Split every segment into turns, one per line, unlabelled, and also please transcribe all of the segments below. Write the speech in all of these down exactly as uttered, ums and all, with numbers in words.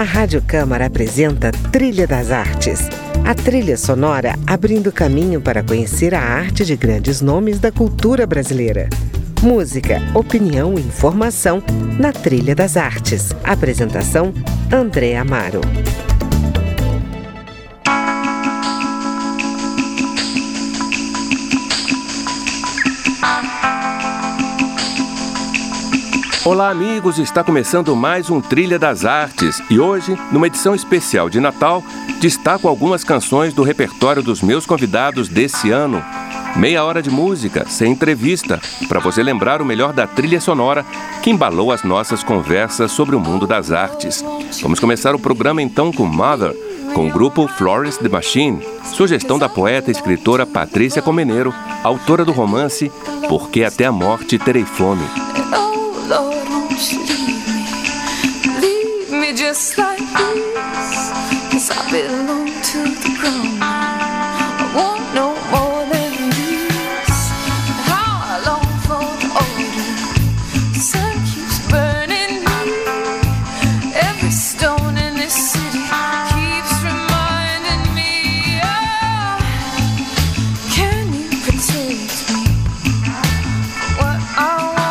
A Rádio Câmara apresenta Trilha das Artes. A trilha sonora abrindo caminho para conhecer a arte de grandes nomes da cultura brasileira. Música, opinião e informação na Trilha das Artes. Apresentação, André Amaro.
Olá amigos, está começando mais um Trilha das Artes e hoje, numa edição especial de Natal, destaco algumas canções do repertório dos meus convidados desse ano. Meia hora de música, sem entrevista, para você lembrar o melhor da trilha sonora que embalou as nossas conversas sobre o mundo das artes. Vamos começar o programa então com Mother, com o grupo Florence and the Machine, sugestão da poeta e escritora Patrícia Comeneiro, autora do romance Porque Até a Morte Terei Fome.
Lord, won't you leave me, leave me just like this, 'cause I belong to the ground now, I want no more than this, how I long for the order, the sun keeps burning me, every stone in this city keeps reminding me, oh, can you protect me, what I want.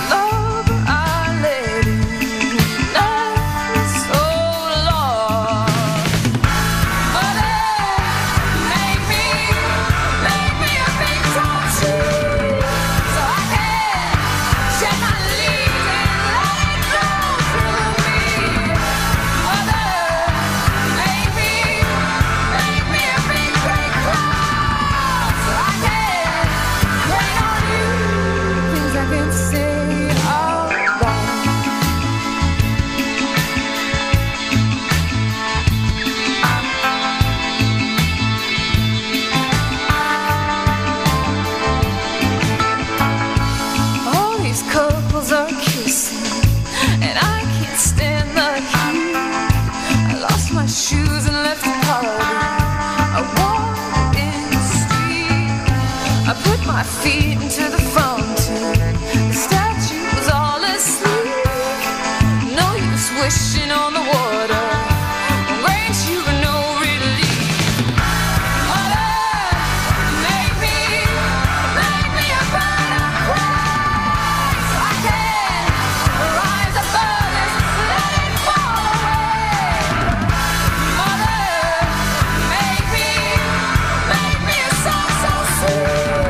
My feet into the fountain, the statue was all asleep, no use wishing on the water, ain't you no relief, mother, make me, make me a burning praise, so I can rise above this, let it fall away, mother, make me, make me a song so sweet.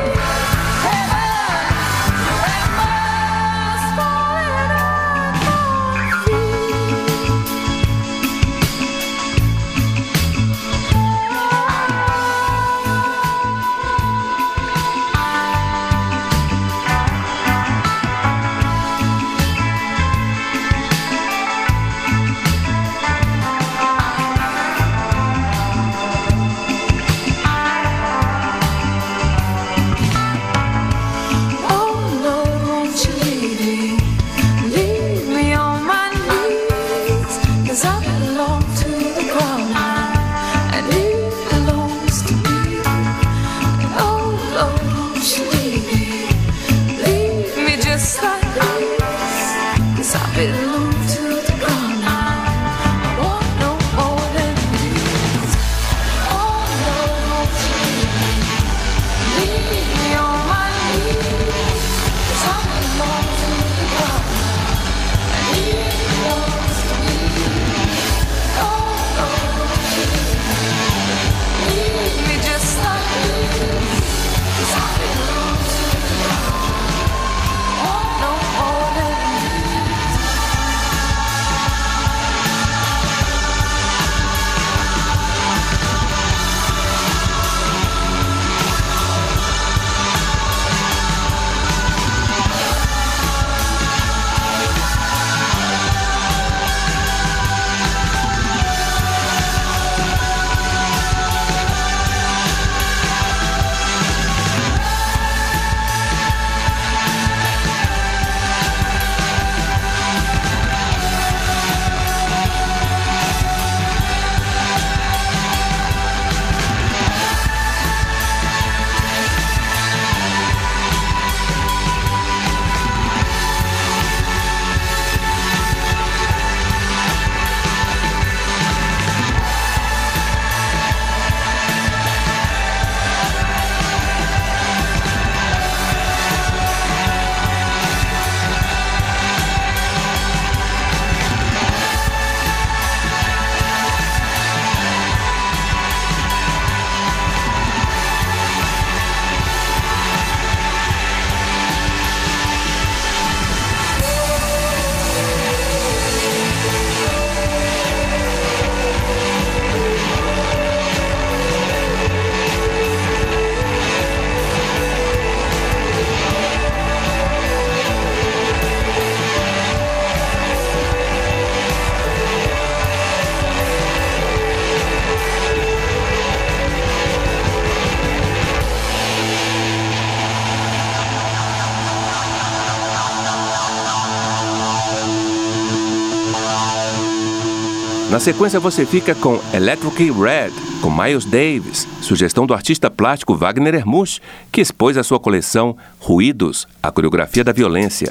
Na sequência você fica com Electric Red, com Miles Davis, sugestão do artista plástico Wagner Hermusch, que expôs a sua coleção Ruídos, a coreografia da violência.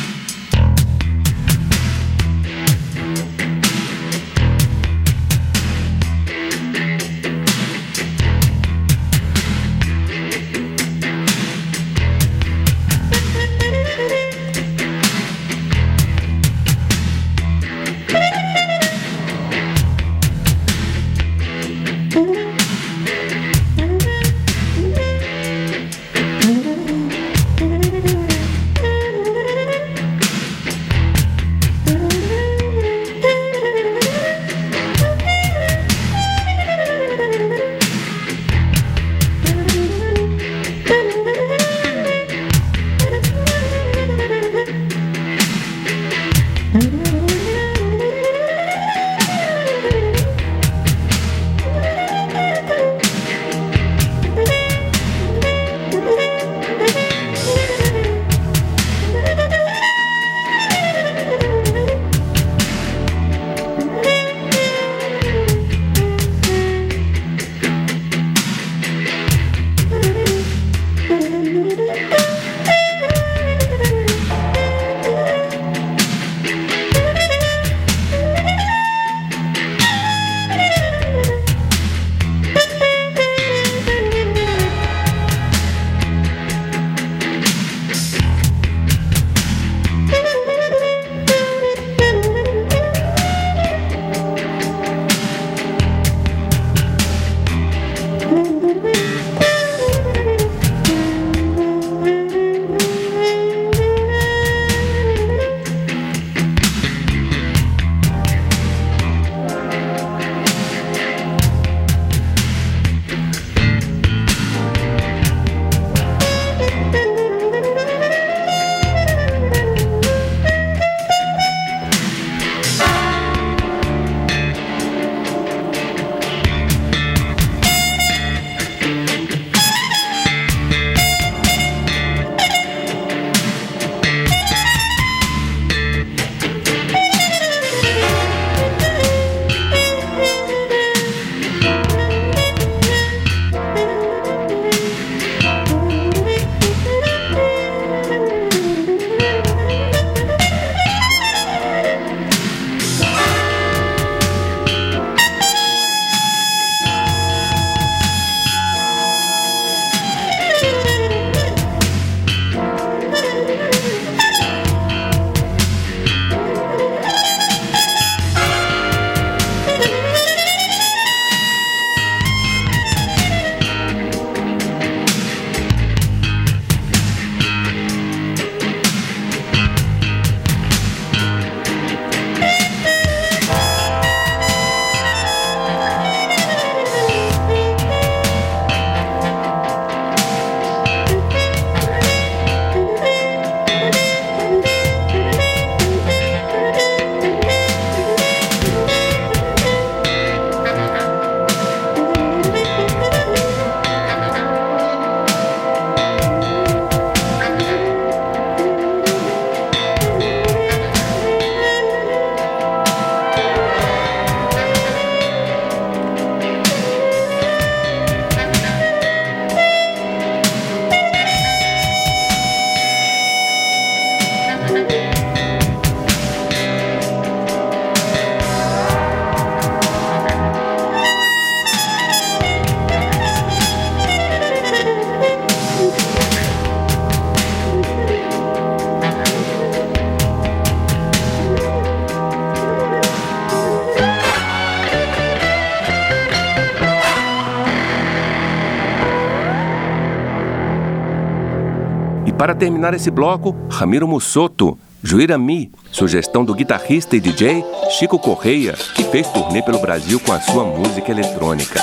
Para terminar esse bloco, Ramiro Mussoto, Juirami, sugestão do guitarrista e D J Chico Correia, que fez turnê pelo Brasil com a sua música eletrônica.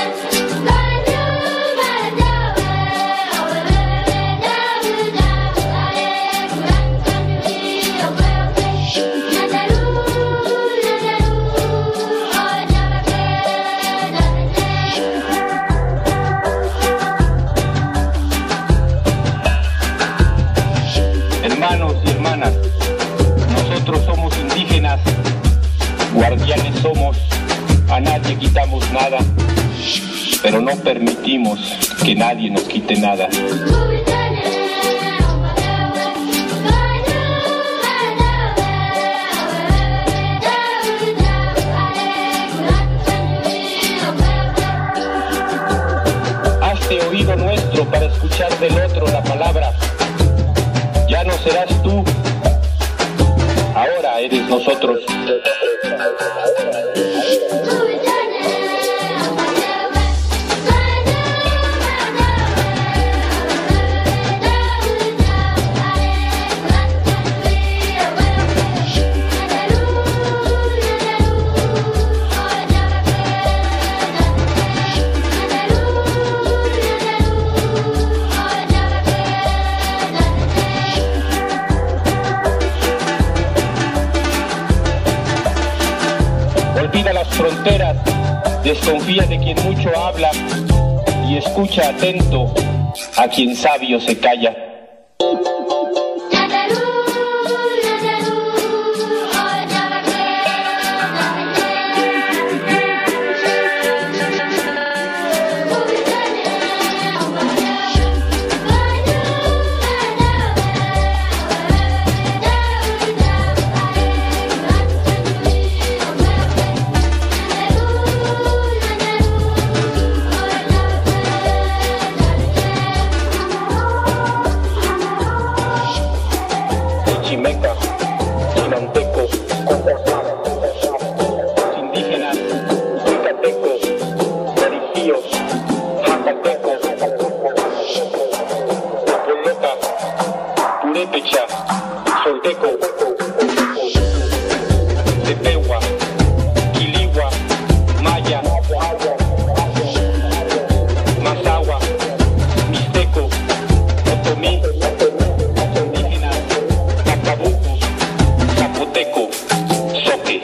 Bye. no permitimos que nadie nos quite nada. Hazte oído nuestro para escuchar del otro la palabra. Ya no serás tú, ahora eres nosotros. Olvida las fronteras, desconfía de quien mucho habla y escucha atento a quien sabio se calla. Chimeca, chinanteco, indígenas, yucateco, mariquíos, jacateco, apoloca, purépecha, solteco, tepehuá, quiligua, maya, mazahua, mixteco, otomí, zapoteco, soque.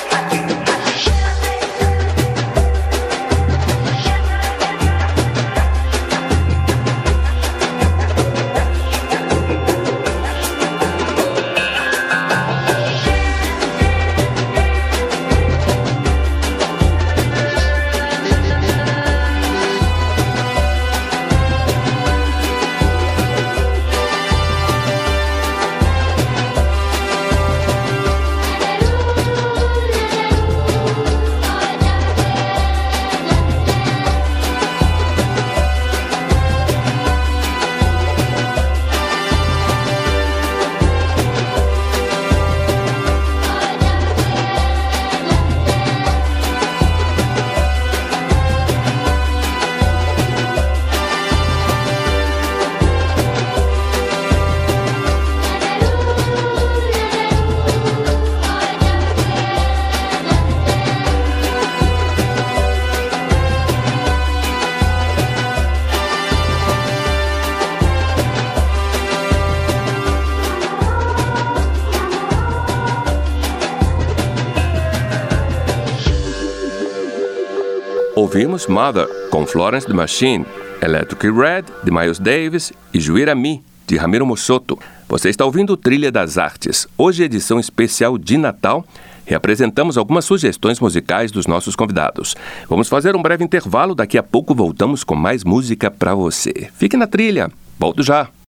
Ouvimos Mother, com Florence the Machine, Electric Red, de Miles Davis e Juíra Mi, de Ramiro Mossoto. Você está ouvindo Trilha das Artes. Hoje, edição especial de Natal, reapresentamos algumas sugestões musicais dos nossos convidados. Vamos fazer um breve intervalo, daqui a pouco voltamos com mais música para você. Fique na trilha, volto já!